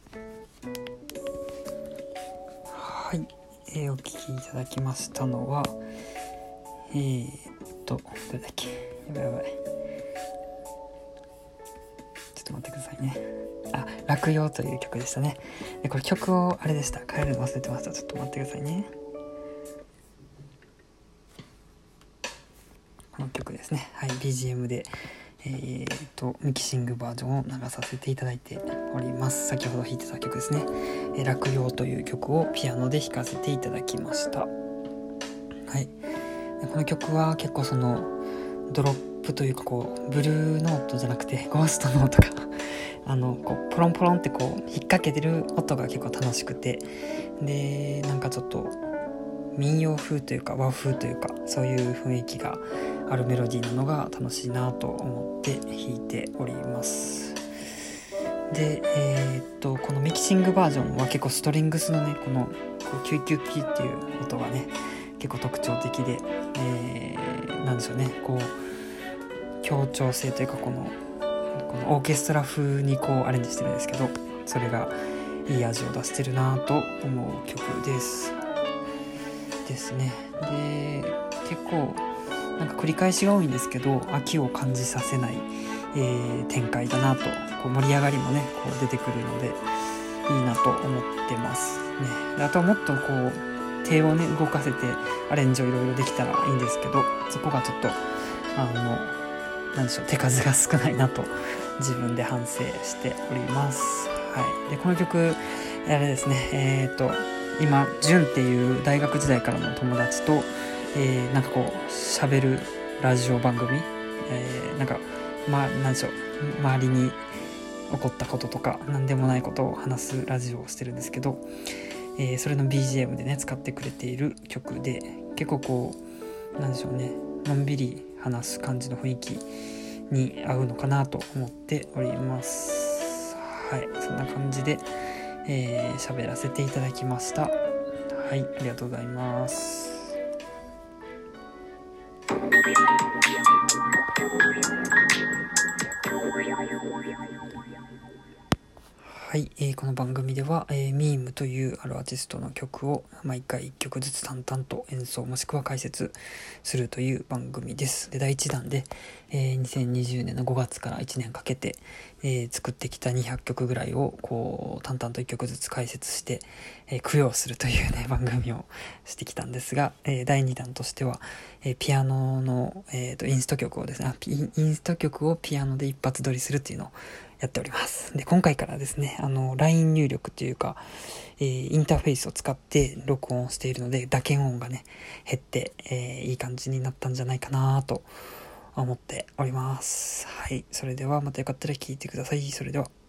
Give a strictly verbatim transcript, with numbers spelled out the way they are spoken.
はい、えー、お聞きいただきましたのはえーっとどれだっけやばいやばいちょっと待ってくださいね。あ、落葉という曲でしたね。でこれ曲をあれでした変えるの忘れてました。ちょっと待ってくださいね。この曲ですね。はい、 ビージーエム でえーとミキシングバージョンを流させていただいております。先ほど弾いてた曲ですね、えー、落葉という曲をピアノで弾かせていただきました。はい、でこの曲は結構そのドロップというかこうブルーノートじゃなくてゴーストノートがあのこうポロンポロンってこう引っ掛けてる音が結構楽しくて、でなんかちょっと民謡風というか和風というかそういう雰囲気があるメロディーなのが楽しいなと思って弾いております。で、えー、っとこのミキシングバージョンは結構ストリングスのねこのこうキュイキュイキュイっていう音がね結構特徴的で、えー、なんでしょうねこう協調性というかこのこのオーケストラ風にこうアレンジしてるんですけど、それがいい味を出してるなと思う曲ですですね。で結構なんか繰り返しが多いんですけど飽きを感じさせない、えー、展開だなと、こう盛り上がりもねこう出てくるのでいいなと思ってますね。であとはもっとこう手をね動かせてアレンジをいろいろできたらいいんですけど、そこがちょっとあのなんでしょう手数が少ないなと自分で反省しております。はい、でこの曲あれですねえっ、ー、と今ジュンっていう大学時代からの友達と、えー、なんかこう喋るラジオ番組、えー、なんかまあなんでしょう周りに起こったこととか何でもないことを話すラジオをしてるんですけど、えー、それの ビージーエム でね使ってくれている曲で結構こうなんでしょうねのんびり話す感じの雰囲気に合うのかなと思っております。はい、そんな感じでえー、喋らせていただきました。はい、ありがとうございます。はい、えー、この番組では、えー、ミームというあるアーティストの曲を毎回いっきょくずつ淡々と演奏もしくは解説するという番組です。でだいいちだんで、えー、にせんにじゅうねんのごがつからいちねんかけて、えー、作ってきたにひゃっきょくぐらいをこう淡々といっきょくずつ解説して、えー、供養するというね番組をしてきたんですが、えー、だいにだんとしては、えー、ピアノの、えー、とインスト曲をですねインスト曲をピアノで一発撮りするっていうのをやっております。で今回からですねあの ライン 入力というか、えー、インターフェースを使って録音しているので打鍵音がね減って、えー、いい感じになったんじゃないかなと思っております。はい、それではまたよかったら聞いてください。それでは。